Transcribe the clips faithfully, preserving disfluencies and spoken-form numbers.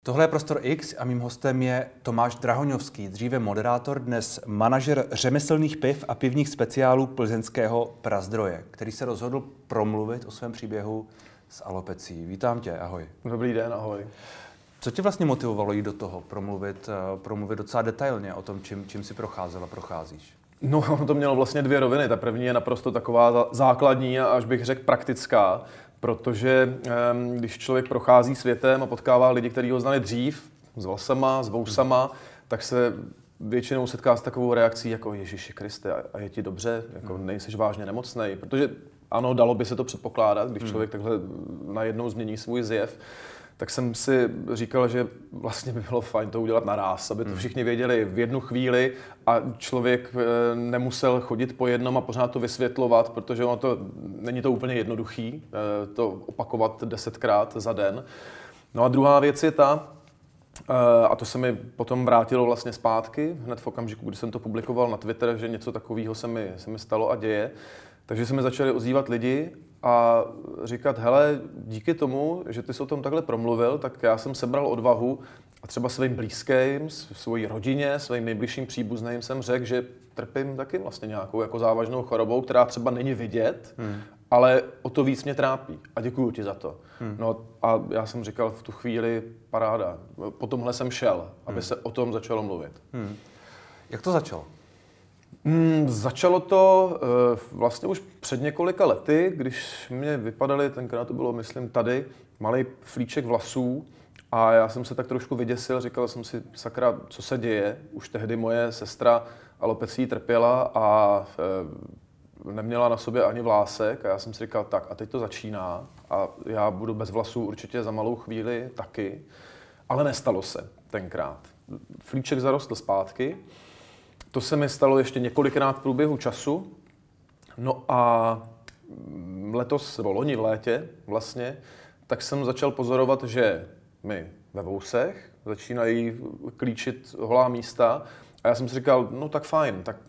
Tohle je Prostor X a mým hostem je Tomáš Drahoňovský, dříve moderátor, dnes manažer řemeslných piv a pivních speciálů plzeňského Prazdroje, který se rozhodl promluvit o svém příběhu s alopecí. Vítám tě, ahoj. Dobrý den, ahoj. Co tě vlastně motivovalo jít do toho, promluvit, promluvit docela detailně o tom, čím, čím jsi procházel a procházíš? No, ono to mělo vlastně dvě roviny. Ta první je naprosto taková základní a až bych řekl praktická, protože když člověk prochází světem a potkává lidi, kteří ho znali dřív, s vlasama, s vousama, tak se většinou setká s takovou reakcí jako Ježíši Kriste, a je ti dobře, jako nejseš vážně nemocnej, protože ano, dalo by se to předpokládat, když člověk takhle najednou změní svůj zjev, tak jsem si říkal, že vlastně by bylo fajn to udělat naráz, aby to všichni věděli v jednu chvíli a člověk nemusel chodit po jednom a pořád to vysvětlovat, protože ono to, není to úplně jednoduchý, to opakovat desetkrát za den. No a druhá věc je ta, a to se mi potom vrátilo vlastně zpátky, hned v okamžiku, kdy jsem to publikoval na Twitter, že něco takového se mi, se mi stalo a děje, takže se mi začali ozývat lidi a říkat, hele, díky tomu, že ty jsi o tom takhle promluvil, tak já jsem sebral odvahu a třeba svým blízkým, svojí rodině, svým nejbližším příbuzným jsem řekl, že trpím taky vlastně nějakou jako závažnou chorobou, která třeba není vidět, hmm. ale o to víc mě trápí a děkuju ti za to. Hmm. No a já jsem říkal v tu chvíli paráda, po tomhle jsem šel, aby hmm. se o tom začalo mluvit. Hmm. Jak to začalo? Hmm, začalo to uh, vlastně už před několika lety, když mě vypadaly, tenkrát to bylo, myslím, tady, malý flíček vlasů a já jsem se tak trošku vyděsil, říkal jsem si, sakra, co se děje. Už tehdy moje sestra alopecií trpěla a uh, neměla na sobě ani vlásek a já jsem si říkal, tak a teď to začíná a já budu bez vlasů určitě za malou chvíli taky, ale nestalo se tenkrát. Flíček zarostl zpátky. To se mi stalo ještě několikrát v průběhu času. No a letos, nebo loni v létě vlastně, tak jsem začal pozorovat, že mi ve vousech začínají klíčit holá místa. A já jsem si říkal, no tak fajn, tak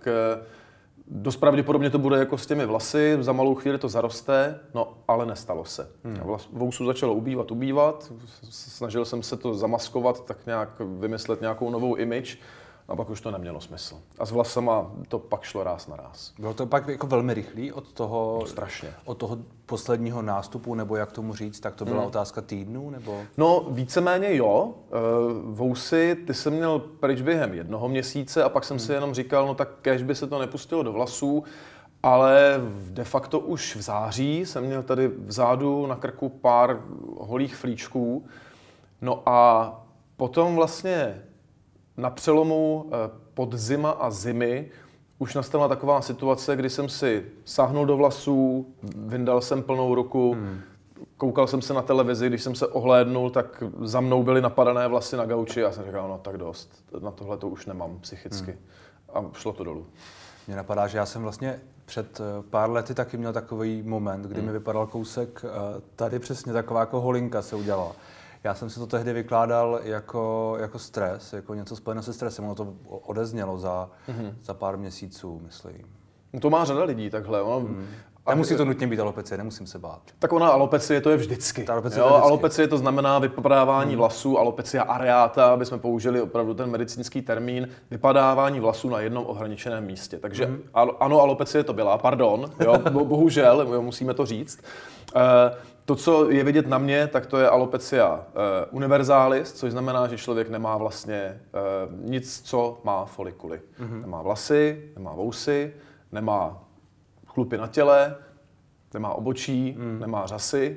dost pravděpodobně to bude jako s těmi vlasy, za malou chvíli to zaroste, no ale nestalo se. Hmm. Vlas, vousů začalo ubývat, ubývat, snažil jsem se to zamaskovat, tak nějak vymyslet nějakou novou image. A pak už to nemělo smysl. A s vlasama to pak šlo ráz na ráz. Bylo to pak jako velmi rychlý od toho, no, strašně. Od toho posledního nástupu, nebo jak tomu říct, tak to byla hmm. otázka týdnů, nebo? No, víceméně jo. Vousy, ty jsem měl pryč během jednoho měsíce a pak jsem hmm. si jenom říkal, no tak kéž by se to nepustilo do vlasů, ale de facto už v září jsem měl tady vzadu na krku pár holých flíčků. No a potom vlastně na přelomu podzima a zimy už nastala taková situace, kdy jsem si sáhnul do vlasů, vyndal jsem plnou ruku, hmm. koukal jsem se na televizi, když jsem se ohlédnul, tak za mnou byly napadané vlasy na gauči a já jsem říkal, no tak dost, na tohle to už nemám psychicky. Hmm. A šlo to dolů. Mně napadá, že já jsem vlastně před pár lety taky měl takový moment, kdy hmm. mi vypadal kousek, tady přesně taková jako holinka se udělala. Já jsem si to tehdy vykládal jako, jako stres, jako něco spojené se stresem. Ono to odeznělo za, mm-hmm. za pár měsíců, myslím. No to má řada lidí takhle. Ono, mm. Nemusí to nutně být alopecie, nemusím se bát. Tak ona alopecie to je vždycky. Ta alopecie jo, to je vždycky. Alopecie to znamená vypadávání mm. vlasů, alopecia areata, aby jsme použili opravdu ten medicínský termín, vypadávání vlasů na jednom ohraničeném místě. Takže mm. ano, alopecie to byla, pardon, jo, bohužel, jo, musíme to říct. Uh, To, co je vidět na mě, tak to je alopecia uh, universalis, což znamená, že člověk nemá vlastně uh, nic, co má folikuly. Mm-hmm. Nemá vlasy, nemá vousy, nemá chlupy na těle, nemá obočí, mm. nemá řasy.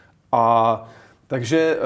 A takže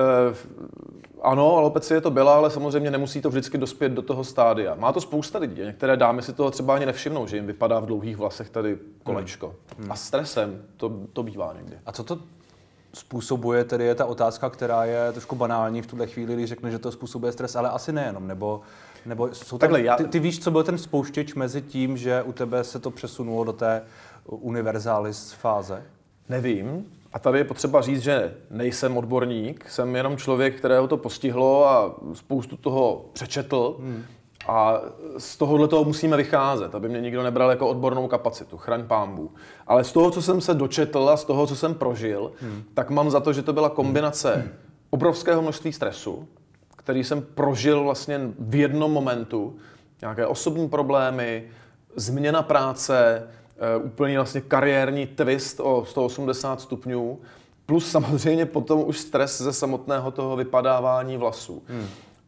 uh, ano, alopecie to byla, ale samozřejmě nemusí to vždycky dospět do toho stádia. Má to spousta lidí. Některé dámy si toho třeba ani nevšimnou, že jim vypadá v dlouhých vlasech tady kolečko. Mm. A stresem to, to bývá někdy. A co to způsobuje, tedy je ta otázka, která je trošku banální v tuhle chvíli, když řekne, že to způsobuje stres, ale asi nejenom, nebo, nebo jsou tam, Takhle, já... ty, ty víš, co byl ten spouštěč mezi tím, že u tebe se to přesunulo do té universalis fáze? Nevím. A tady je potřeba říct, že nejsem odborník, jsem jenom člověk, kterého to postihlo a spoustu toho přečetl. Hmm. A z tohohle toho musíme vycházet, aby mě nikdo nebral jako odbornou kapacitu, chraň pánbůh. Ale z toho, co jsem se dočetl a z toho, co jsem prožil, hmm. tak mám za to, že to byla kombinace hmm. obrovského množství stresu, který jsem prožil vlastně v jednom momentu. Nějaké osobní problémy, změna práce, úplný vlastně kariérní twist o sto osmdesát stupňů, plus samozřejmě potom už stres ze samotného toho vypadávání vlasů. Hmm.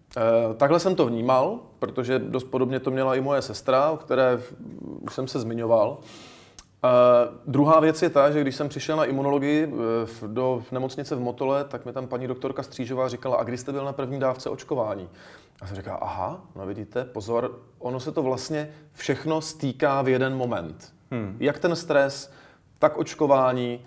E, takhle jsem to vnímal, protože dost podobně to měla i moje sestra, o které už jsem se zmiňoval. E, druhá věc je ta, že když jsem přišel na imunologii do nemocnice v Motole, tak mi tam paní doktorka Střížová říkala, a kdy jste byl na první dávce očkování? A jsem říkal, aha, no vidíte, pozor, ono se to vlastně všechno stýká v jeden moment. Hmm. Jak ten stres, tak očkování.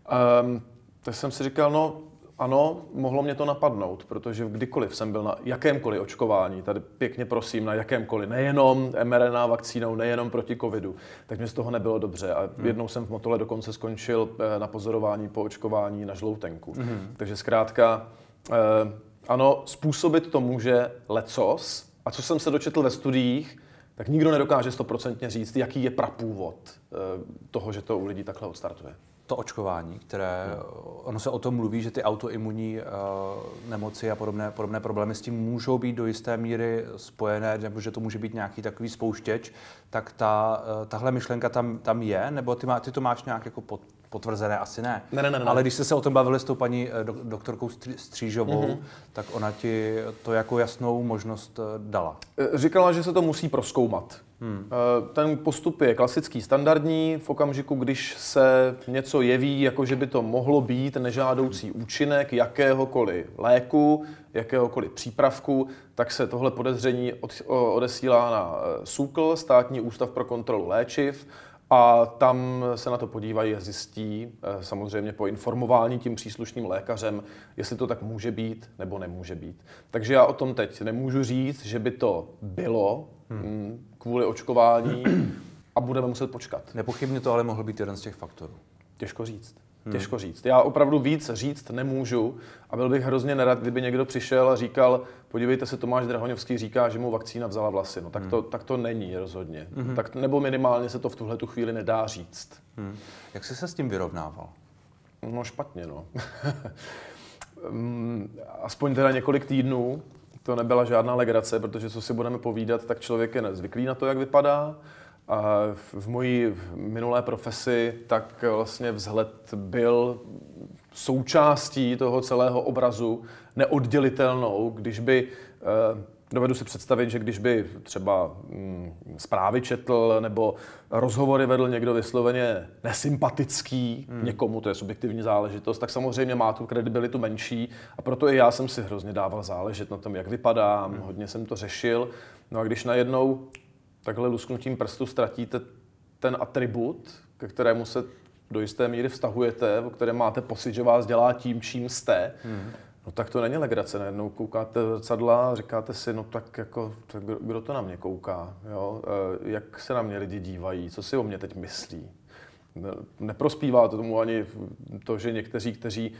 Um, tak jsem si říkal, no ano, mohlo mě to napadnout, protože kdykoliv jsem byl na jakémkoliv očkování, tady pěkně prosím, na jakémkoliv, nejenom em er en á vakcínou, nejenom proti covidu, tak mě z toho nebylo dobře. A hmm. jednou jsem v Motole dokonce skončil na pozorování po očkování na žloutenku. Hmm. Takže zkrátka, eh, ano, způsobit to může lecos. A co jsem se dočetl ve studiích, tak nikdo nedokáže stoprocentně říct, jaký je prapůvod toho, že to u lidí takhle odstartuje. To očkování, které, ono se o tom mluví, že ty autoimunní uh, nemoci a podobné, podobné problémy s tím můžou být do jisté míry spojené, nebo že to může být nějaký takový spouštěč, tak ta, uh, tahle myšlenka tam, tam je, nebo ty, má, ty to máš nějak jako pod, potvrzené? Asi ne. Ne, ne, ne, ne. Ale když jste se o tom bavili s tou paní do, doktorkou Střížovou, mm-hmm. tak ona ti to jako jasnou možnost dala. Říkala, že se to musí prozkoumat. Hmm. Ten postup je klasický, standardní. V okamžiku, když se něco jeví, jako že by to mohlo být nežádoucí účinek jakéhokoliv léku, jakéhokoliv přípravku, tak se tohle podezření od, odesílá na SÚKL, Státní ústav pro kontrolu léčiv, a tam se na to podívají a zjistí, samozřejmě po informování tím příslušným lékařem, jestli to tak může být nebo nemůže být. Takže já o tom teď nemůžu říct, že by to bylo hmm. kvůli očkování a budeme muset počkat. Nepochybně to ale mohl být jeden z těch faktorů. Těžko říct. Hmm. Těžko říct. Já opravdu víc říct nemůžu a byl bych hrozně nerad, kdyby někdo přišel a říkal, podívejte se, Tomáš Drahoňovský říká, že mu vakcína vzala vlasy. No tak to, hmm. tak to není rozhodně. Hmm. Tak, nebo minimálně se to v tuhle tu chvíli nedá říct. Hmm. Jak jsi se s tím vyrovnával? No špatně, no. Aspoň teda několik týdnů. To nebyla žádná legrace, protože co si budeme povídat, tak člověk je nezvyklý na to, jak vypadá. A v mojí minulé profesi tak vlastně vzhled byl součástí toho celého obrazu neoddělitelnou, když by, dovedu si představit, že když by třeba zprávy četl nebo rozhovory vedl někdo vysloveně nesympatický hmm. někomu, to je subjektivní záležitost, tak samozřejmě má tu kredibilitu menší a proto i já jsem si hrozně dával záležet na tom, jak vypadám, hmm. hodně jsem to řešil. No a když najednou takhle lusknutím prstu ztratíte ten atribut, ke kterému se do jisté míry vztahujete, o kterém máte pocit, že vás dělá tím, čím jste, hmm. no tak to není legrace. Najednou koukáte v zrcadla a říkáte si, no tak jako, tak kdo to na mě kouká, jo? Jak se na mě lidi dívají, co si o mě teď myslí. Neprospívá to tomu ani to, že někteří, kteří,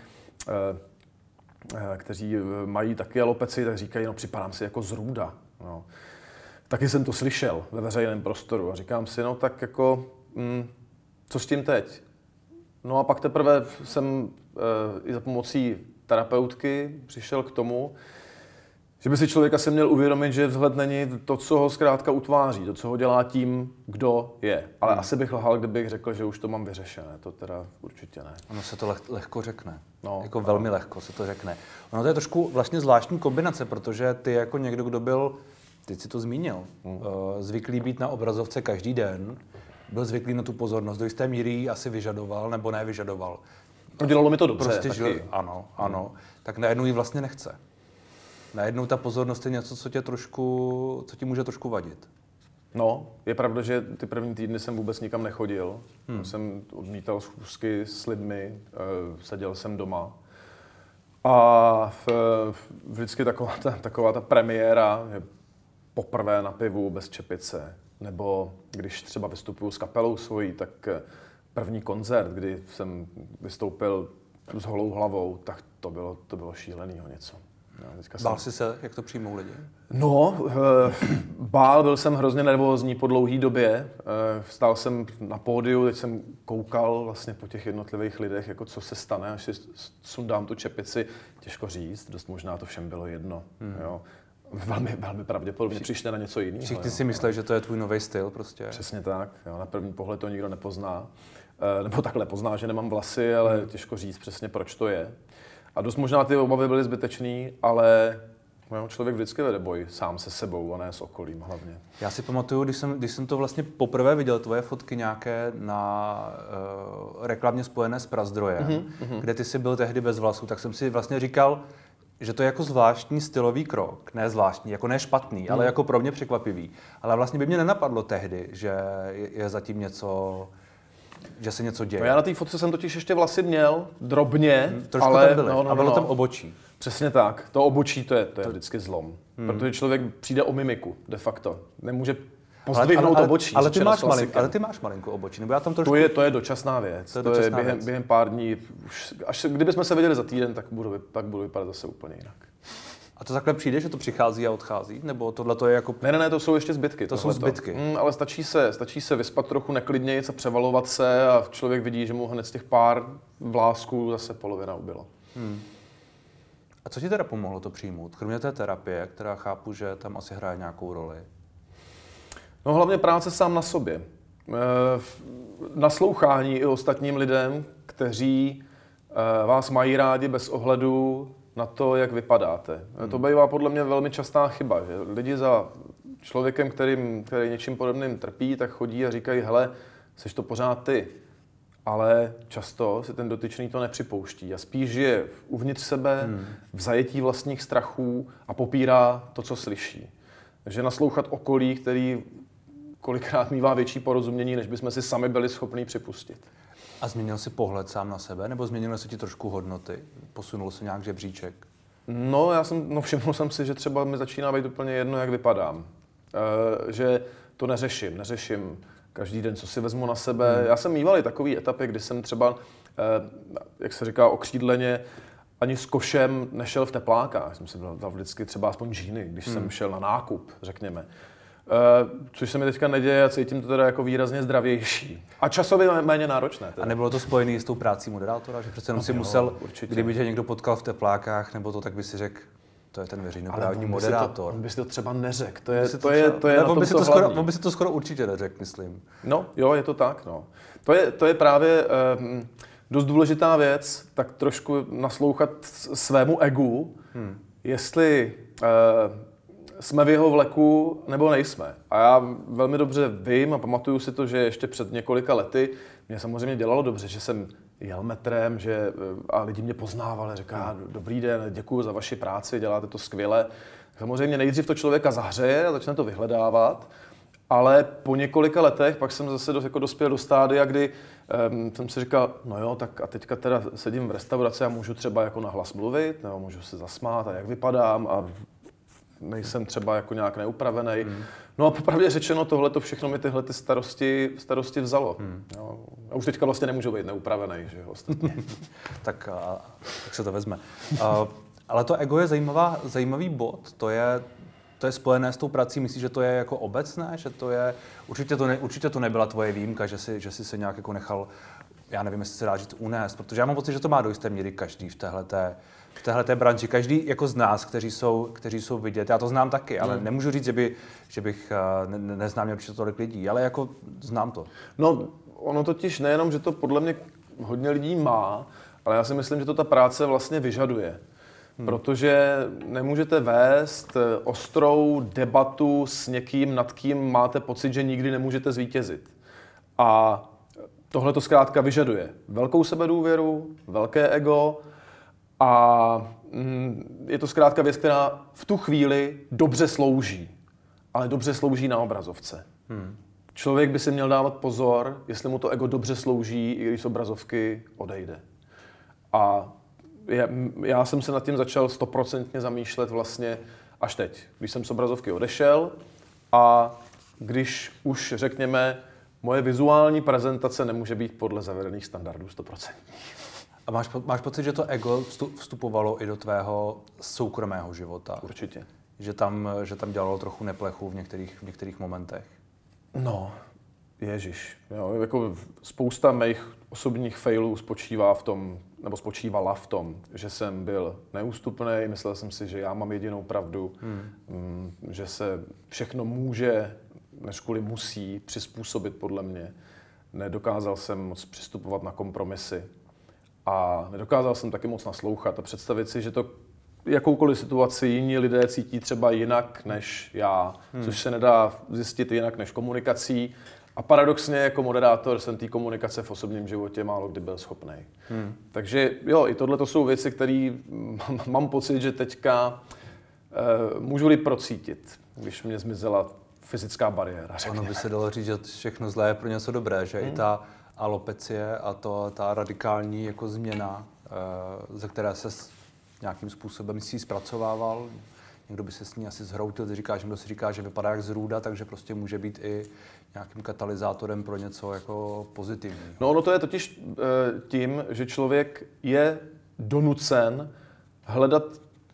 kteří mají taky alopeci, tak říkají, no připadám si jako zrůda. No. Taky jsem to slyšel ve veřejném prostoru a říkám si, no tak jako, mm, co s tím teď? No a pak teprve jsem e, i za pomocí terapeutky přišel k tomu, že by si člověk asi měl uvědomit, že vzhled není to, co ho zkrátka utváří, to, co ho dělá tím, kdo je. Ale hmm. asi bych lhal, kdybych řekl, že už to mám vyřešené. To teda určitě ne. Ono se to leh, lehko řekne. No, jako no. velmi lehko se to řekne. Ono to je trošku vlastně zvláštní kombinace, protože ty jako někdo, kdo byl, teď si to zmínil, hmm. zvyklý být na obrazovce každý den, byl zvyklý na tu pozornost, do jisté míry ji asi vyžadoval nebo nevyžadoval. No, dělalo mi to dobře. Prostě, že, ano, ano. Hmm. Tak najednou ji vlastně nechce. Najednou ta pozornost je něco, co tě trošku, co ti může trošku vadit. No, je pravda, že ty první týdny jsem vůbec nikam nechodil. Hmm. Jsem odmítal schůzky s lidmi, seděl jsem doma. A v, vždycky taková ta, taková ta premiéra, je poprvé na pivu bez čepice. Nebo když třeba vystupuju s kapelou svojí, tak první koncert, kdy jsem vystoupil s holou hlavou, tak to bylo, to bylo šílenýho něco. Bál jsi se, jak to přijmou lidi? No, bál, byl jsem hrozně nervózní po dlouhé době. Stál jsem na pódiu, teď jsem koukal vlastně po těch jednotlivých lidech, jako co se stane, až si sundám tu čepici. Těžko říct, dost možná to všem bylo jedno. Hmm. Jo. Velmi, velmi pravděpodobně přišli na něco jiného. Všichni si mysleli, že to je tvůj nový styl prostě. Přesně tak. Jo. Na první pohled to nikdo nepozná. Nebo takhle pozná, že nemám vlasy, ale hmm. těžko říct přesně, proč to je. A dost možná ty obavy byly zbytečný, ale no, člověk vždycky vede boj sám se sebou a ne s okolím hlavně. Já si pamatuju, když jsem, když jsem to vlastně poprvé viděl, tvoje fotky nějaké na uh, reklamě spojené s Prazdrojem, mm-hmm. kde ty jsi byl tehdy bez vlasů, tak jsem si vlastně říkal, že to je jako zvláštní stylový krok. Ne zvláštní, jako ne špatný, mm. ale jako pro mě překvapivý. Ale vlastně by mě nenapadlo tehdy, že je, je zatím něco... že se něco děje. No já na té fotce jsem totiž ještě vlasy měl, drobně, hmm, trošku ale... tam byly. No, no, a bylo no. tam obočí. Přesně tak. To obočí, to je, to je vždycky zlom. Hmm. Protože člověk přijde o mimiku, de facto. Nemůže pozdvihnout ale, obočí. Ale, ale, ty máš malink, ale ty máš malinkou obočí, nebo já tam trošku... To je, to je dočasná věc. To je, to dočasná je během, věc. během pár dní. Už, až kdybychom se viděli za týden, tak budu, tak budu vypadat zase úplně jinak. A to takhle přijde, že to přichází a odchází? Nebo tohle to je jako... Ne, ne, ne, to jsou ještě zbytky. To tohleto. Jsou zbytky. Mm, ale stačí se, stačí se vyspat trochu neklidněji a převalovat se a člověk vidí, že mu hned z těch pár vlásků zase polovina ubyla. Hmm. A co ti teda pomohlo to přijmout? Kromě té terapie, která chápu, že tam asi hraje nějakou roli. No hlavně práce sám na sobě. E, naslouchání i ostatním lidem, kteří e, vás mají rádi bez ohledu na to, jak vypadáte. Hmm. To bývá podle mě velmi častá chyba, že lidi za člověkem, kterým, který něčím podobným trpí, tak chodí a říkají, hele, jsi to pořád ty. Ale často si ten dotyčný to nepřipouští a spíš žije uvnitř sebe, hmm. v zajetí vlastních strachů a popírá to, co slyší. Takže naslouchat okolí, který kolikrát mívá větší porozumění, než bychom si sami byli schopni připustit. A změnil jsi pohled sám na sebe, nebo změnily se ti trošku hodnoty? Posunul se nějak žebříček? No, já jsem, no všiml jsem si, že třeba mi začíná být úplně jedno, jak vypadám. E, že to neřeším, neřeším každý den, co si vezmu na sebe. Hmm. Já jsem mýval i takové etapy, kdy jsem třeba, e, jak se říká, okřídleně, ani s košem nešel v teplákách. Jsem si dal vždycky třeba aspoň džíny, když hmm. jsem šel na nákup, řekněme. Uh, což se mi teďka neděje a cítím to teda jako výrazně zdravější. A časově méně náročné. Teda. A nebylo to spojené s tou prácí moderátora? Že přece jenom no, si jo, musel, určitě. Kdyby tě někdo potkal v teplákách, nebo to, tak by si řekl, to je ten veřejnoprávní moderátor. On by si to třeba neřekl. To je, to, to je, to je ne, on, by si to skoro, on by si to skoro určitě neřekl, myslím. No, jo, je to tak. No. To, je, to je právě um, dost důležitá věc, tak trošku naslouchat svému egu, hmm. jestli... Uh, jsme v jeho vleku, nebo nejsme. A já velmi dobře vím a pamatuju si to, že ještě před několika lety mě samozřejmě dělalo dobře, že jsem jel metrem, že, a lidi mě poznávali, říká, dobrý den, děkuju za vaši práci, děláte to skvěle. Samozřejmě nejdřív to člověka zahřeje a začne to vyhledávat, ale po několika letech pak jsem zase do, jako dospěl do stádia, kdy um, jsem si říkal, no jo, tak a teďka teda sedím v restauraci a můžu třeba jako nahlas mluvit, nebo můžu se zasmát a jak vypadám a nejsem třeba jako nějak neupravený. Hmm. No a popravdě řečeno, tohle to všechno mi tyhle ty starosti, starosti vzalo. Hmm. Jo. A už teďka vlastně nemůžu být neupravený, že jo, ostatně. tak, a, tak se to vezme. Uh, ale to ego je zajímavá, zajímavý bod. To je, to je spojené s tou prací. Myslíš, že to je jako obecné? Že to je, určitě, to ne, určitě to nebyla tvoje výjimka, že jsi, že jsi se nějak jako nechal, já nevím, jestli se dá říct, unést, protože já mám pocit, že to má do jisté míry každý v téhleté v téhleté branži. Každý jako z nás, kteří jsou, kteří jsou vidět. Já to znám taky, ale hmm. nemůžu říct, že, by, že bych ne, neznám určitě tolik lidí, ale jako znám to. No, ono totiž nejenom, že to podle mě hodně lidí má, ale já si myslím, že to ta práce vlastně vyžaduje. Hmm. Protože nemůžete vést ostrou debatu s někým, nad kým máte pocit, že nikdy nemůžete zvítězit. A tohle to zkrátka vyžaduje velkou sebedůvěru, velké ego, a je to zkrátka věc, která v tu chvíli dobře slouží, ale dobře slouží na obrazovce. Hmm. Člověk by si měl dávat pozor, jestli mu to ego dobře slouží, i když z obrazovky odejde. A já, já jsem se nad tím začal stoprocentně zamýšlet vlastně až teď, když jsem z obrazovky odešel a když už, řekněme, moje vizuální prezentace nemůže být podle zavedených standardů sto procent. A A máš, máš pocit, že to ego vstupovalo i do tvého soukromého života? Určitě. Že tam, že tam dělalo trochu neplechu v některých, v některých momentech? No, ježiš. Jo, jako spousta mých osobních failů spočívá v tom, nebo spočívala v tom, že jsem byl neústupný, myslel jsem si, že já mám jedinou pravdu, hmm. že se všechno může, než kvůli musí, přizpůsobit podle mě. Nedokázal jsem moc přistupovat na kompromisy a nedokázal jsem taky moc naslouchat a představit si, že to jakoukoliv situaci jiní lidé cítí třeba jinak než já, hmm. což se nedá zjistit jinak než komunikací. A paradoxně jako moderátor jsem té komunikace v osobním životě málo kdy byl schopný. Hmm. Takže jo, i tohle to jsou věci, které mám pocit, že teďka e, můžu-li procítit, když mě zmizela fyzická bariéra. Řekněme. Ono by se dalo říct, že všechno zlé je pro něco dobré, že hmm. i ta alopecie a to, ta radikální jako změna, e, ze které se nějakým způsobem si zpracovával. Někdo by se s ní asi zhroutil, ty říkáš, někdo si říká, že vypadá jak zrůda, takže prostě může být i nějakým katalyzátorem pro něco jako pozitivního. No ono to je totiž e, tím, že člověk je donucen hledat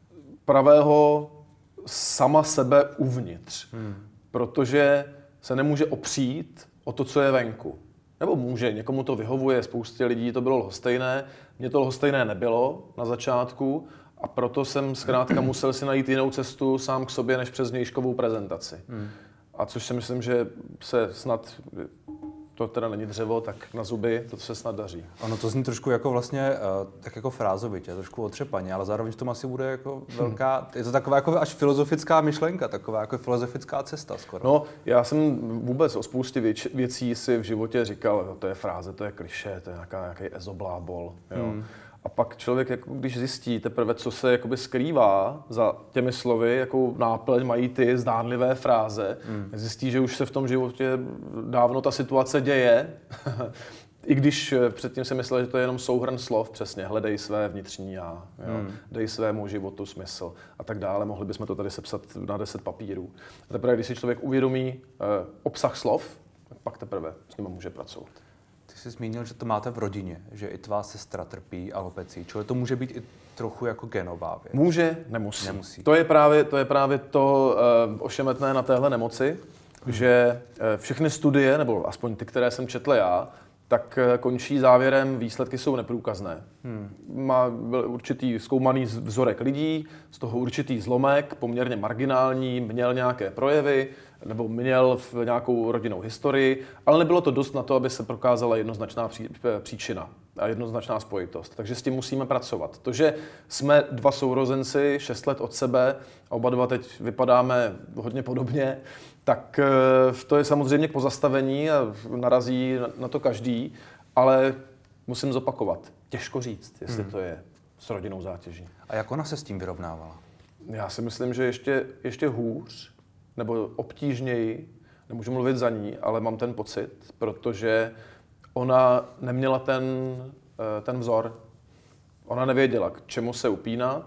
pravého sama sebe uvnitř, hmm. protože se nemůže opřít o to, co je venku. Nebo může, někomu to vyhovuje, spoustě lidí to bylo lhostejné, mně to lhostejné nebylo na začátku a proto jsem zkrátka musel si najít jinou cestu sám k sobě, než přes vnějškovou prezentaci. Hmm. A což si myslím, že se snad, to teda není dřevo, tak na zuby, to se snad daří. Ono to zní trošku jako vlastně, tak jako frázovitě, trošku otřepaně, ale zároveň v tom asi bude jako velká, je to taková jako až filozofická myšlenka, taková jako filozofická cesta skoro. No, já jsem vůbec o spoustě věč, věcí si v životě říkal, to je fráze, to je klišé, to je nějaká, nějaký ezoblábol, jo. Hmm. A pak člověk, jako když zjistí teprve, co se jakoby skrývá za těmi slovy, jakou náplň mají ty zdánlivé fráze, mm. zjistí, že už se v tom životě dávno ta situace děje. I když předtím si myslel, že to je jenom souhrn slov, přesně, hledej své vnitřní já, jo? Mm. Dej svému životu smysl a tak dále. Mohli bychom to tady sepsat na deset papírů. A teprve, když si člověk uvědomí eh, obsah slov, pak teprve s nimi může pracovat. Ty jsi zmínil, že to máte v rodině, že i tvá sestra trpí alopecií, čili to může být i trochu jako genová věc. Může, nemusí. nemusí. To je právě to, je právě to uh, ošemetné na téhle nemoci, hmm. že uh, všechny studie, nebo aspoň ty, které jsem četl já, tak uh, končí závěrem, výsledky jsou neprůkazné. Hmm. Má byl určitý zkoumaný vzorek lidí, z toho určitý zlomek, poměrně marginální, měl nějaké projevy, nebo měl v nějakou rodinnou historii, ale nebylo to dost na to, aby se prokázala jednoznačná pří, příčina a jednoznačná spojitost. Takže s tím musíme pracovat. To, že jsme dva sourozenci, šest let od sebe, a oba dva teď vypadáme hodně podobně, tak to je samozřejmě k pozastavení a narazí na to každý, ale musím zopakovat. Těžko říct, jestli hmm. to je s rodinnou zátěží. A jak ona se s tím vyrovnávala? Já si myslím, že ještě, ještě hůř, nebo obtížněji, nemůžu mluvit za ní, ale mám ten pocit, protože ona neměla ten, ten vzor. Ona nevěděla, k čemu se upínat.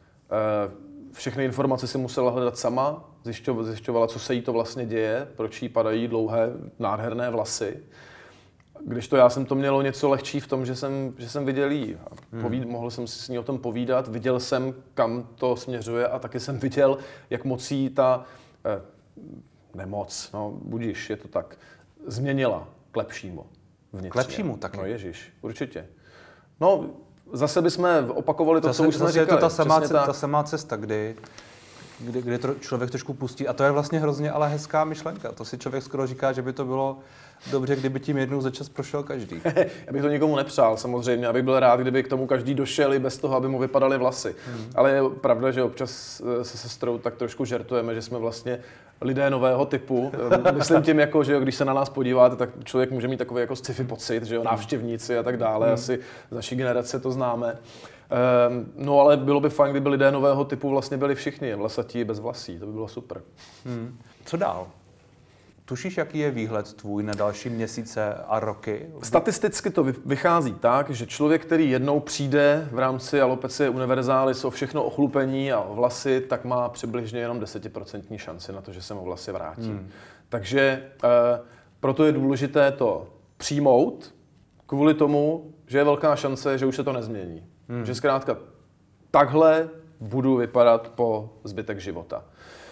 Všechny informace si musela hledat sama, zjišťovala, co se jí to vlastně děje, proč jí padají dlouhé, nádherné vlasy. Když to já jsem to mělo něco lehčí v tom, že jsem, že jsem viděl jí. Povíd, hmm. Mohl jsem si s ní o tom povídat, viděl jsem, kam to směřuje a taky jsem viděl, jak mocí ta eh, nemoc, no budiš, je to tak, změnila k lepšímu vnitřně. K lepšímu taky? No ježiš, určitě. No zase bychom opakovali to, zase, co už jsme zase říkali. Je to ta samá, cesta, ta samá cesta, kdy, kdy, kdy to člověk trošku pustí. A to je vlastně hrozně ale hezká myšlenka. To si člověk skoro říká, že by to bylo dobře, kdyby tím jednou za čas prošel každý. Já bych to nikomu nepřál, samozřejmě. Já bych byl rád, kdyby k tomu každý došel i bez toho, aby mu vypadaly vlasy. Hmm. Ale je pravda, že občas se sestrou tak trošku žertujeme, že jsme vlastně lidé nového typu. Myslím tím, jako, že když se na nás podíváte, tak člověk může mít takový jako sci-fi pocit, že jo, návštěvníci a tak dále. Hmm. Asi z naší generace to známe. Um, no ale bylo by fajn, kdyby lidé nového typu vlastně byli všichni, vlasatí bez vlasí. To by bylo super. Hmm. Co dál? Tušíš, jaký je výhled tvůj na další měsíce a roky? Statisticky to vychází tak, že člověk, který jednou přijde v rámci alopecie universalis o všechno ochlupení a o vlasy, tak má přibližně jenom desetiprocentní šanci na to, že se mu vlasy vrátí. Hmm. Takže e, proto je důležité to přijmout, kvůli tomu, že je velká šance, že už se to nezmění. Hmm. Že zkrátka takhle budu vypadat po zbytek života.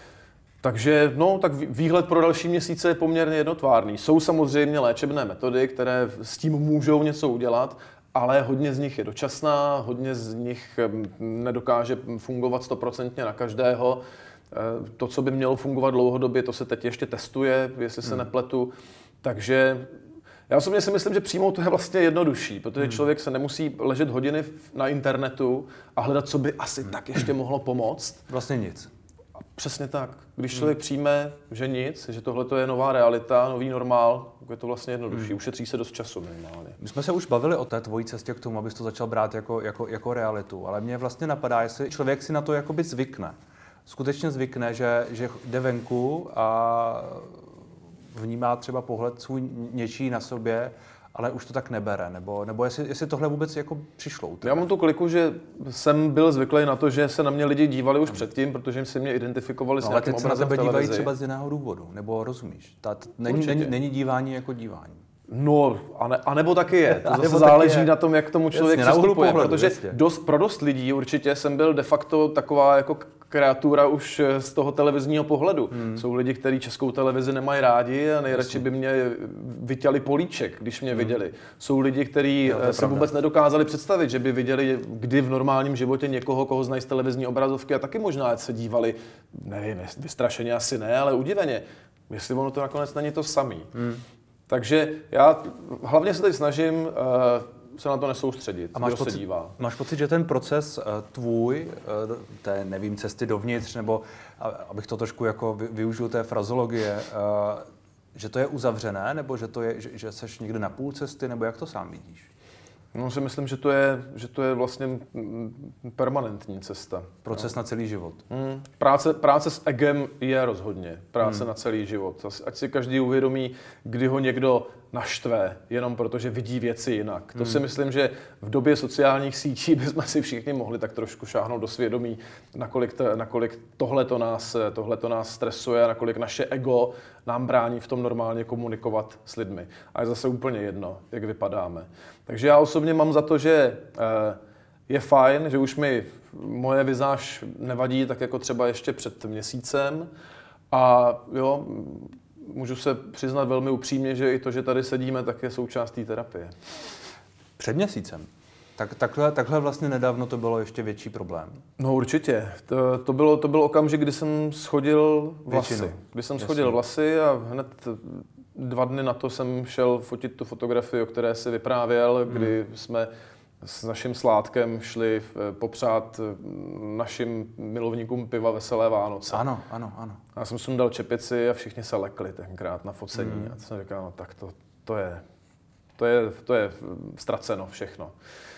Takže no, tak výhled pro další měsíce je poměrně jednotvárný. Jsou samozřejmě léčebné metody, které s tím můžou něco udělat, ale hodně z nich je dočasná, hodně z nich nedokáže fungovat stoprocentně na každého. To, co by mělo fungovat dlouhodobě, to se teď ještě testuje, jestli se hmm. nepletu. Takže já osobně si myslím, že přijmout to je vlastně jednodušší, protože hmm. člověk se nemusí ležet hodiny na internetu a hledat, co by asi tak ještě mohlo pomoct. Vlastně nic. Přesně tak. Když člověk hmm. přijme, že nic, že tohle je nová realita, nový normál, je to vlastně jednodušší. Hmm. Ušetří se dost času minimálně. My jsme se už bavili o té tvojí cestě k tomu, abys to začal brát jako, jako, jako realitu, ale mě vlastně napadá, jestli člověk si na to jakoby zvykne. Skutečně zvykne, že, že jde venku a vnímá třeba pohled svůj něčí na sobě, ale už to tak nebere, nebo, nebo jestli, jestli tohle vůbec jako přišlo. Já mám tu kliku, že jsem byl zvyklý na to, že se na mě lidi dívali už předtím, protože si mě identifikovali no, s nějakým obrazem v televizi. Ale teď se na tebe dívají třeba z jiného důvodu, nebo rozumíš? Ta, není, není, není dívání jako dívání. No, a, ne, a nebo taky je. To zase záleží je. Na tom, jak k tomu člověk jasně, přistupuje, pohledu, protože jasně. dost, pro dost lidí určitě jsem byl de facto taková jako kreatura už z toho televizního pohledu. Hmm. Jsou lidi, kteří českou televizi nemají rádi a nejradši jasně. by mě vyťali políček, když mě hmm. viděli. Jsou lidi, kteří se pravda. vůbec nedokázali představit, že by viděli kdy v normálním životě někoho, koho znají z televizní obrazovky a taky možná se dívali, nevím, vystrašeně asi ne, ale udiveně. Jestli ono to nakonec není to samý. Hmm. Takže já hlavně se teď snažím uh, se na to nesoustředit, a máš kdo pocit, se dívá. Máš pocit, že ten proces uh, tvůj, uh, té, nevím, cesty dovnitř, nebo abych to trošku jako využil té frazologie, uh, že to je uzavřené, nebo že to je, že, že seš někde na půl cesty, nebo jak to sám vidíš? No si myslím, že to je, že to je vlastně permanentní cesta. Proces no. na celý život. Hmm. Práce, práce s egem je rozhodně. Práce hmm. na celý život. Ať si každý uvědomí, kdy ho někdo naštve, jenom protože vidí věci jinak. To hmm. si myslím, že v době sociálních sítí bychom si všichni mohli tak trošku šáhnout do svědomí, nakolik, to, nakolik tohleto nás, tohleto nás stresuje a nakolik naše ego nám brání v tom normálně komunikovat s lidmi. A je zase úplně jedno, jak vypadáme. Takže já osobně mám za to, že je fajn, že už mi moje vizáž nevadí tak jako třeba ještě před měsícem. A jo, můžu se přiznat velmi upřímně, že i to, že tady sedíme, tak je součástí terapie. Před měsícem? Tak, takhle, takhle vlastně nedávno to bylo ještě větší problém. No určitě. To, to, bylo, to byl okamžik, kdy jsem schodil vlasy. Většinu. Kdy jsem Jasně. schodil vlasy a hned dva dny na to jsem šel fotit tu fotografii, o které si vyprávěl, hmm. kdy jsme s naším Sládkem šli popřát našim milovníkům piva Veselé Vánoce. Ano, ano, ano. Já jsem sundal čepici a všichni se lekli tenkrát na focení. Hmm. A jsem říkal, no tak to, to, je, to, je, to je ztraceno všechno.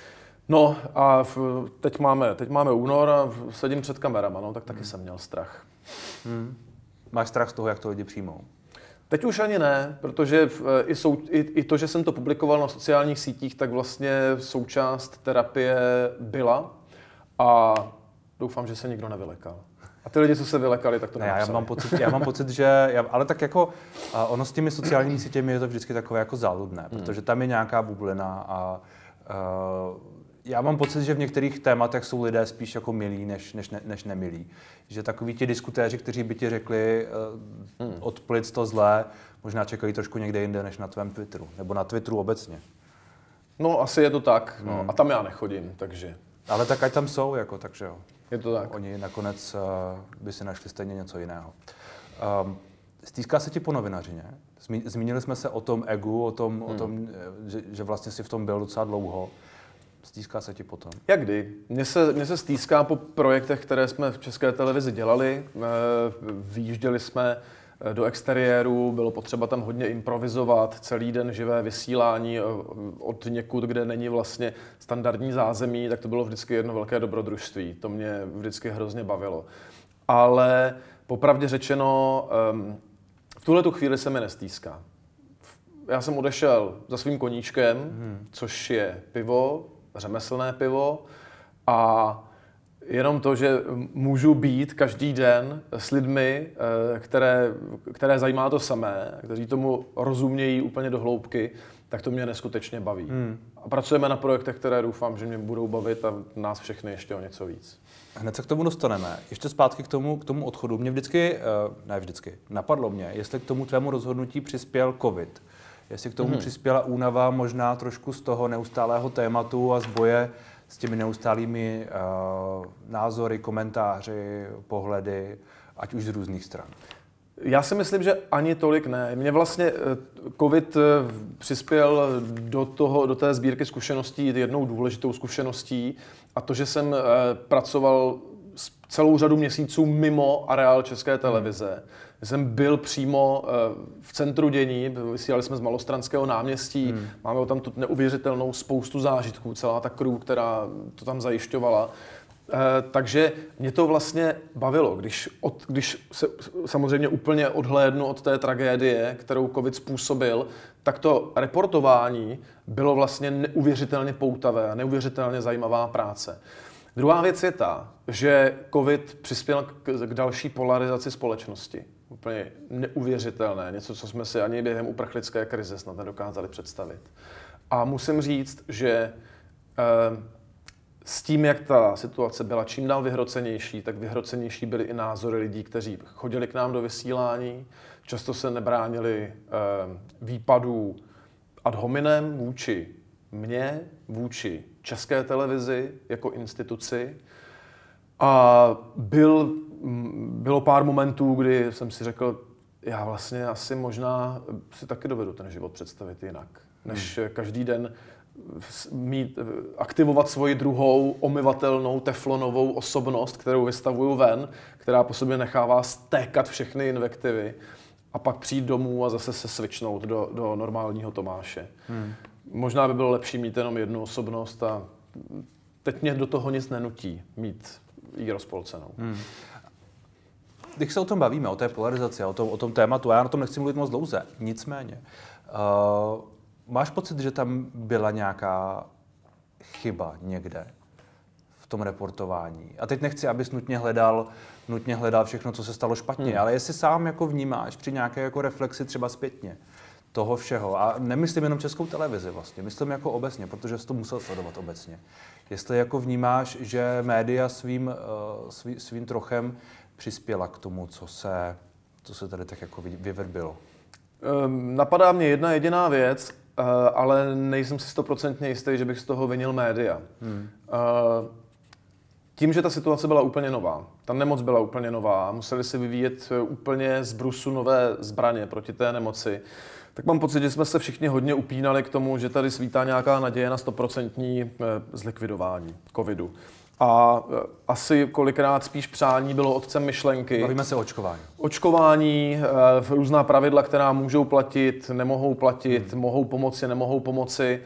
No a v, teď, máme, teď máme únor a sedím před kamerama, no tak taky hmm. jsem měl strach. Hmm. Máš strach z toho, jak to lidi přijmou? Teď už ani ne, protože i, sou, i, i to, že jsem to publikoval na sociálních sítích, tak vlastně součást terapie byla a doufám, že se nikdo nevylekal. A ty lidi, co se vylekali, tak to ne, já mám pocit, já mám pocit, že, já, ale tak jako a ono s těmi sociálními sítěmi je to vždycky takové jako záludné, hmm. protože tam je nějaká bublina a uh, já mám pocit, že v některých tématech jsou lidé spíš jako milí, než, než, ne, než nemilí. Že takoví ti diskutéři, kteří by ti řekli uh, hmm. odplic to zlé, možná čekají trošku někde jinde, než na tvém Twitteru. Nebo na Twitteru obecně. No, asi je to tak. No. Hmm. A tam já nechodím, takže... Ale tak ať tam jsou, jako, takže jo. Je to tak. Oni nakonec uh, by si našli stejně něco jiného. Um, stýská se ti po novinařině? Zmí, zmínili jsme se o tom egu, o tom, hmm. o tom že, že vlastně si v tom byl docela dlouho. Stýská se ti potom? Jak kdy? Mně se, mně se stýská po projektech, které jsme v České televizi dělali. Vyjížděli jsme do exteriéru, bylo potřeba tam hodně improvizovat, celý den živé vysílání od někud, kde není vlastně standardní zázemí, tak to bylo vždycky jedno velké dobrodružství. To mě vždycky hrozně bavilo. Ale popravdě řečeno, v tuhletu chvíli se mi nestýská. Já jsem odešel za svým koníčkem, hmm. což je pivo, řemeslné pivo a jenom to, že můžu být každý den s lidmi, které, které zajímá to samé, kteří tomu rozumějí úplně do hloubky, tak to mě neskutečně baví. Hmm. A pracujeme na projektech, které doufám, že mě budou bavit a nás všechny ještě o něco víc. Hned se k tomu dostaneme. Ještě zpátky k tomu, k tomu odchodu. Mě vždycky, ne vždycky, napadlo mě, jestli k tomu tvému rozhodnutí přispěl covid. Jestli k tomu hmm. přispěla únava možná trošku z toho neustálého tématu a z boje s těmi neustálými uh, názory, komentáři, pohledy, ať už z různých stran. Já si myslím, že ani tolik ne. Mně vlastně covid přispěl do, toho, do té sbírky zkušeností jednou důležitou zkušeností a to, že jsem pracoval celou řadu měsíců mimo areál České televize. Jsem byl přímo v centru dění, vysílali jsme z Malostranského náměstí, hmm. máme tam tu neuvěřitelnou spoustu zážitků, celá ta crew, která to tam zajišťovala. Takže mě to vlastně bavilo, když, od, když se samozřejmě úplně odhlédnu od té tragédie, kterou covid způsobil, tak to reportování bylo vlastně neuvěřitelně poutavé a neuvěřitelně zajímavá práce. Druhá věc je ta, že covid přispěl k, k další polarizaci společnosti. Úplně neuvěřitelné, něco, co jsme si ani během uprchlické krize snad nedokázali představit. A musím říct, že eh, s tím, jak ta situace byla čím dál vyhrocenější, tak vyhrocenější byly i názory lidí, kteří chodili k nám do vysílání. Často se nebránili eh, výpadů ad hominem vůči mně, vůči České televizi jako instituci. A byl, bylo pár momentů, kdy jsem si řekl, já vlastně asi možná si taky dovedu ten život představit jinak, než hmm. každý den mít, aktivovat svoji druhou omyvatelnou teflonovou osobnost, kterou vystavuju ven, která po sobě nechává stékat všechny invektivy a pak přijít domů a zase se switchnout do, do normálního Tomáše. Hmm. Možná by bylo lepší mít jenom jednu osobnost a teď mě do toho nic nenutí mít ji rozpolcenou. Hmm. Když se o tom bavíme, o té polarizaci, o tom, o tom tématu, a já na tom nechci mluvit moc dlouze, nicméně, uh, máš pocit, že tam byla nějaká chyba někde v tom reportování? A teď nechci, abys nutně hledal, nutně hledal všechno, co se stalo špatně, hmm. ale jestli sám jako vnímáš při nějaké jako reflexi třeba zpětně toho všeho, a nemyslím jenom Českou televizi vlastně, myslím jako obecně, protože jsi to musel sledovat obecně. Jestli jako vnímáš, že média svým, svý, svým trochem přispěla k tomu, co se, co se tady tak jako vyvrbilo? Um, napadá mě jedna jediná věc, uh, ale nejsem si stoprocentně jistý, že bych z toho vinil média. Hmm. Uh, tím, že ta situace byla úplně nová, ta nemoc byla úplně nová, museli si vyvíjet úplně z brusu nové zbraně proti té nemoci, tak mám pocit, že jsme se všichni hodně upínali k tomu, že tady svítá nějaká naděje na stoprocentní zlikvidování covidu. A asi kolikrát spíš přání bylo otcem myšlenky. Bavíme se o očkování. Očkování, různá pravidla, která můžou platit, nemohou platit, hmm. mohou pomoci, nemohou pomoci.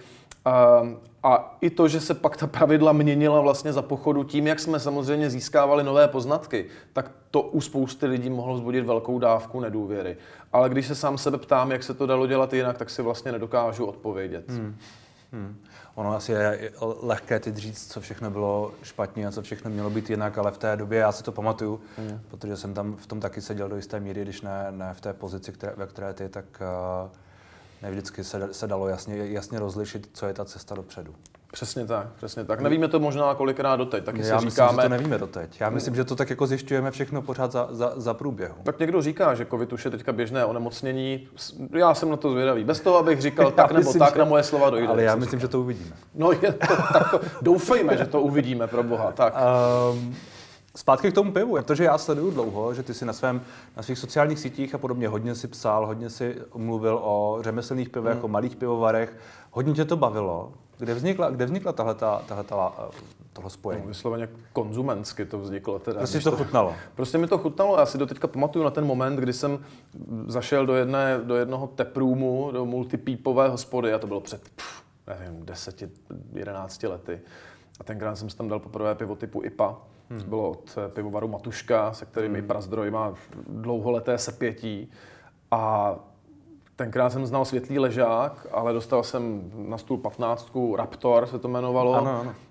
A i to, že se pak ta pravidla měnila vlastně za pochodu tím, jak jsme samozřejmě získávali nové poznatky, tak to u spousty lidí mohlo vzbudit velkou dávku nedůvěry. Ale když se sám sebe ptám, jak se to dalo dělat jinak, tak si vlastně nedokážu odpovědět. Hmm. Hmm. Ono asi je lehké teď říct, co všechno bylo špatně a co všechno mělo být jinak, ale v té době já si to pamatuju, hmm. protože jsem tam v tom taky seděl do jisté míry, když ne, ne v té pozici, které, ve které ty, tak uh, ne vždycky se, se dalo jasně, jasně rozlišit, co je ta cesta dopředu. Přesně tak, přesně tak. Nevíme to možná kolikrát doteď, taky Já si myslím, říkáme... že to nevíme doteď. Já myslím, že to tak jako zjišťujeme všechno pořád za, za, za průběhu. Tak někdo říká, že covid už je teďka běžné onemocnění. Já jsem na to zvědavý. Bez toho, abych říkal tak nebo myslím, tak, že... na moje slova dojde. Ale já myslím, říká. že to uvidíme. No je to, tak, doufejme, že to uvidíme, pro boha. Tak. Um, Zpátky k tomu pivu, protože já sleduju dlouho, že ty si na, svém, na svých sociálních sítích a podobně hodně si psal, hodně si mluvil o řemeslných pivech, hmm. o malých pivovarech. Hodně tě to bavilo. Kde vznikla, kde vznikla tahleta, tahleta, tohle spojení? No, vysloveně konzumensky to vzniklo. Teda, prostě to chutnalo? Prostě mi to chutnalo. Já si doteďka pamatuju na ten moment, kdy jsem zašel do, jedné, do jednoho teproomu, do multipípové hospody, a to bylo před, pff, nevím, deseti, jedenácti lety. A tenkrát jsem si tam dal poprvé pivo typu I P A. Hmm. To bylo od pivovaru Matuška, se kterým hmm. i Prazdroj má dlouholeté sepětí. A tenkrát jsem znal Světlý ležák, ale dostal jsem na stůl patnáctku, Raptor se to jmenovalo. Ano, ano.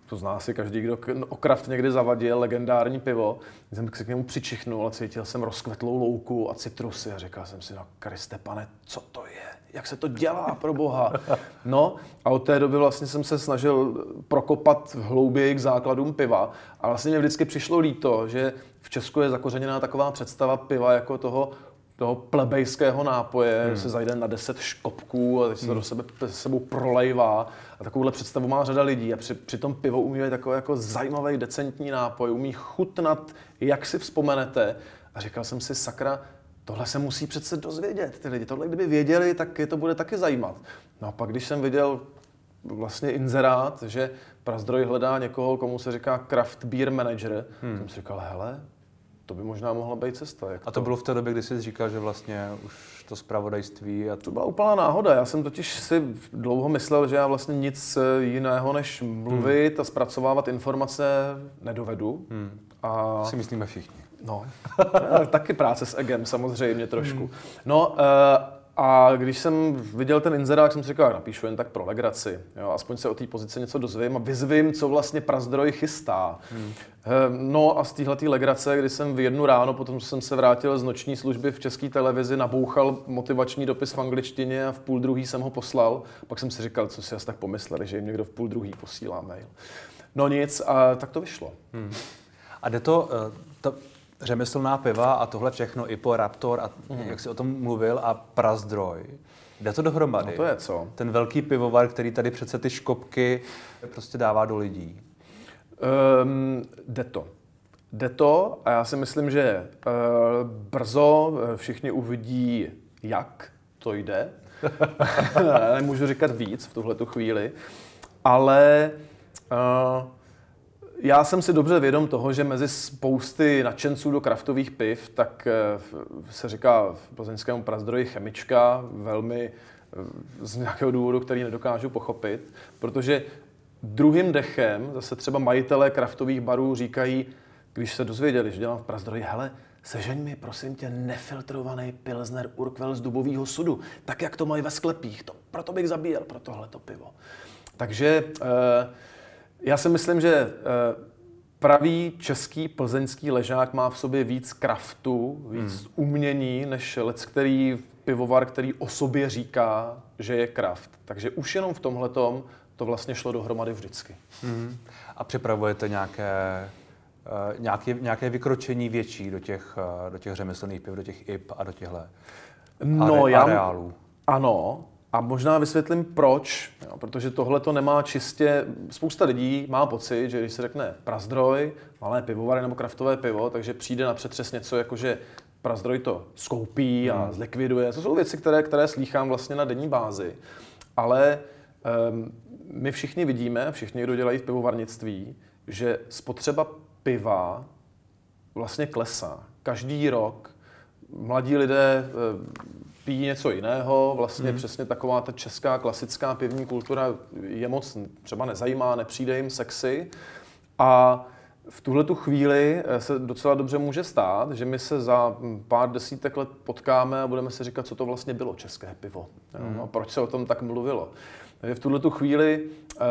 to zná si každý, kdo o kraft někdy zavadil, legendární pivo. Jsem se k němu přicichnul a cítil jsem rozkvetlou louku a citrusy a říkal jsem si, no Kriste pane, co to je? Jak se to dělá, pro boha? No a od té doby vlastně jsem se snažil prokopat hlouběji k základům piva a vlastně mě vždycky přišlo líto, že v Česku je zakořeněná taková představa piva jako toho toho plebejského nápoje, hmm. se zajde na deset škopků a teď se to hmm. do sebe se sebou prolejvá. A takovouhle představu má řada lidí. A při, při tom pivo umí být takový jako zajímavý, decentní nápoj, umí chutnat, jak si vzpomenete. A říkal jsem si, sakra, tohle se musí přece dozvědět. Ty lidi, tohle kdyby věděli, tak je to bude taky zajímat. No a pak, když jsem viděl vlastně inzerát, že Prazdroj hledá někoho, komu se říká craft beer manager, hmm. jsem si říkal, hele, to by možná mohla být cesta. Jak a to, to bylo v té době, kdy jsi říkal, že vlastně už to zpravodajství... A to byla úplná náhoda. Já jsem totiž si dlouho myslel, že já vlastně nic jiného než mluvit hmm. a zpracovávat informace nedovedu. Hmm. A... si myslíme všichni. No, taky práce s egem samozřejmě trošku. Hmm. No, uh, a když jsem viděl ten inzerát, jsem si říkal, napíšu jen tak pro legraci. Jo, aspoň se o té pozici něco dozvím a vyzvím, co vlastně Prazdroj chystá. Hmm. No a z téhletý legrace, kdy jsem v jednu ráno, potom jsem se vrátil z noční služby v České televizi, nabouchal motivační dopis v angličtině a v půl druhý jsem ho poslal. Pak jsem si říkal, co si asi tak pomysleli, že jim někdo v půl druhý posílá mail. No nic, a tak to vyšlo. Hmm. A jde to... to... řemeslná piva a tohle všechno, I P O, Raptor a mm. jak jsi o tom mluvil a Prazdroj. Jde to dohromady? No to je co? Ten velký pivovar, který tady přece ty škopky prostě dává do lidí. Um, jde to. Jde to a já si myslím, že uh, brzo všichni uvidí, jak to jde. Nemůžu říkat víc v tuhletu chvíli, ale uh, já jsem si dobře vědom toho, že mezi spousty nadšenců do kraftových piv, tak se říká v plzeňském Prazdroji chemička, velmi z nějakého důvodu, který nedokážu pochopit, protože druhým dechem zase třeba majitelé kraftových barů říkají, když se dozvěděli, že dělám v Prazdroji, hele, sežeň mi, prosím tě, nefiltrovaný pilsner Urquell z dubového sudu, tak jak to mají ve sklepích, to, proto bych zabíjel pro tohleto pivo. Takže... Eh, Já si myslím, že pravý český plzeňský ležák má v sobě víc kraftu, víc hmm. umění, než leckterý pivovar, který o sobě říká, že je kraft. Takže už jenom v tomhletom to vlastně šlo dohromady vždycky. Hmm. A připravujete nějaké, nějaké, nějaké vykročení větší do těch, do těch řemeslných piv, do těch I P a do těchto no, are, areálů? Ano. A možná vysvětlím proč, jo, protože tohle to nemá čistě, spousta lidí má pocit, že když se řekne Prazdroj, malé pivovary nebo kraftové pivo, takže přijde na přetřes něco jako, že Prazdroj to skoupí a hmm. zlikviduje. To jsou věci, které, které slýchám vlastně na denní bázi. Ale um, my všichni vidíme, všichni, kdo dělají v pivovarnictví, že spotřeba piva vlastně klesá. Každý rok mladí lidé pijí něco jiného, vlastně hmm. přesně taková ta česká klasická pivní kultura je moc třeba nezajímá, nepřijde jim sexy. A v tuhletu chvíli se docela dobře může stát, že my se za pár desítek let potkáme a budeme si říkat, co to vlastně bylo české pivo. Hmm. A proč se o tom tak mluvilo. Takže v tuhletu chvíli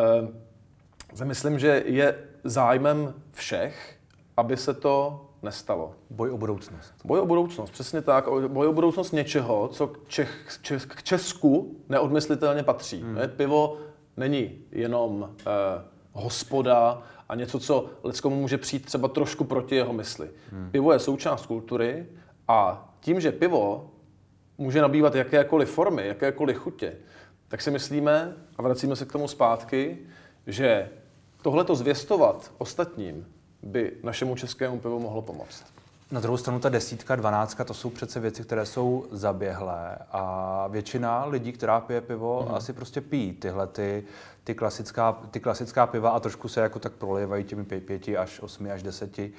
eh, myslím, že je zájmem všech, aby se to nestalo. Boj o budoucnost. Boj o budoucnost, přesně tak. Boj o budoucnost něčeho, co k, Čech, Čech, k Česku neodmyslitelně patří. Hmm. Ne? Pivo není jenom eh, hospoda a něco, co leckomu může přijít třeba trošku proti jeho mysli. Hmm. Pivo je součást kultury a tím, že pivo může nabývat jakékoliv formy, jakékoliv chutě, tak si myslíme, a vracíme se k tomu zpátky, že tohleto zvěstovat ostatním by našemu českému pivu mohlo pomoct. Na druhou stranu ta desítka, dvanáctka, to jsou přece věci, které jsou zaběhlé a většina lidí, která pije pivo, mm. asi prostě pijí tyhle ty, ty, klasická, ty klasická piva a trošku se jako tak prolévají těmi pěti až osmi až deseti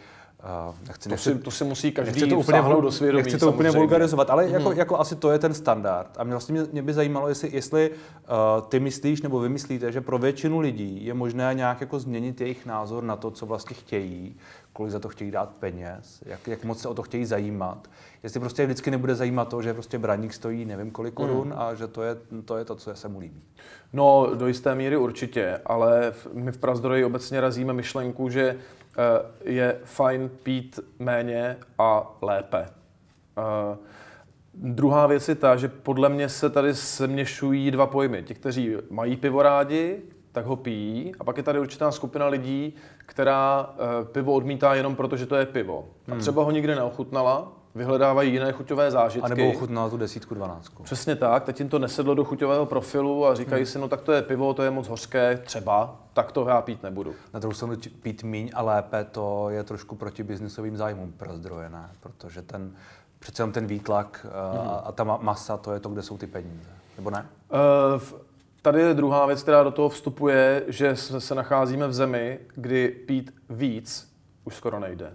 Uh, nechci, to, nechci, si, to si musí každý to úplně vsáhnout do svědomí. Nechci to úplně vulgarizovat, ale hmm. jako, jako asi to je ten standard. A mě vlastně mě, mě by zajímalo, jestli, jestli uh, ty myslíš nebo vy myslíte, že pro většinu lidí je možné nějak jako změnit jejich názor na to, co vlastně chtějí, kolik za to chtějí dát peněz, jak, jak moc se o to chtějí zajímat. Jestli prostě vždycky nebude zajímat to, že prostě braník stojí nevím kolik korun hmm. a že to je, to je to, co se mu líbí. No, do jisté míry určitě, ale my v Prazdroji obecně razíme myšlenku, že je fajn pít méně a lépe. Uh, druhá věc je ta, že podle mě se tady směšují dva pojmy. Ti, kteří mají pivo rádi, tak ho pijí, a pak je tady určitá skupina lidí, která uh, pivo odmítá jenom proto, že to je pivo. Hmm. A třeba ho nikdy neochutnala, vyhledávají jiné chuťové zážitky. A nebo ochutnala tu desítku, dvanáctku. Přesně tak, teď jim to nesedlo do chuťového profilu a říkají hmm. si, no tak to je pivo, to je moc hořké, třeba, tak to já pít nebudu. Na druhou stranu pít míň a lépe, to je trošku proti biznisovým zájmům Prazdroje, ne? Protože ten, přece jenom ten výtlak hmm. a, a ta masa, to je to, kde jsou ty peníze, nebo ne? Uh, tady je druhá věc, která do toho vstupuje, že se nacházíme v zemi, kdy pít víc už skoro nejde.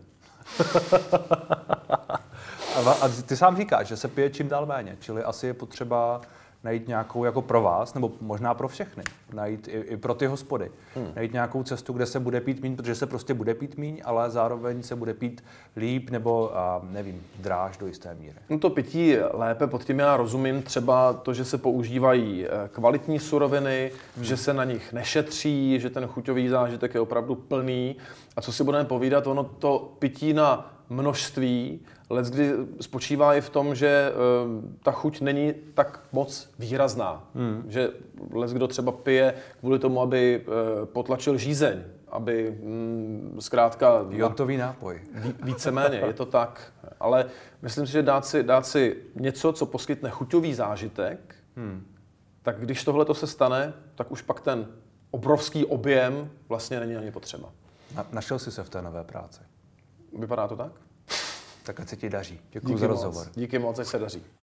A ty sám říkáš, že se pije čím dál méně, čili asi je potřeba najít nějakou, jako pro vás, nebo možná pro všechny, najít i, i pro ty hospody, hmm. najít nějakou cestu, kde se bude pít míň, protože se prostě bude pít míň, ale zároveň se bude pít líp nebo, a nevím, dráž do jisté míry. No to pití lépe, pod tím já rozumím třeba to, že se používají kvalitní suroviny, hmm. že se na nich nešetří, že ten chuťový zážitek je opravdu plný. A co si budeme povídat, ono to pití na množství, leckdy spočívá i v tom, že uh, ta chuť není tak moc výrazná. Hmm. Že leckdo třeba pije kvůli tomu, aby uh, potlačil žízeň, aby mm, zkrátka... Jontový nápoj. Ví, víceméně, je to tak. Ale myslím si, že dát si, dát si něco, co poskytne chuťový zážitek, hmm. tak když tohle se stane, tak už pak ten obrovský objem vlastně není ani potřeba. Na, našel jsi se v té nové práci? Vypadá to tak? Tak ať se ti daří. Děkuji za rozhovor. Díky moc, ať se daří.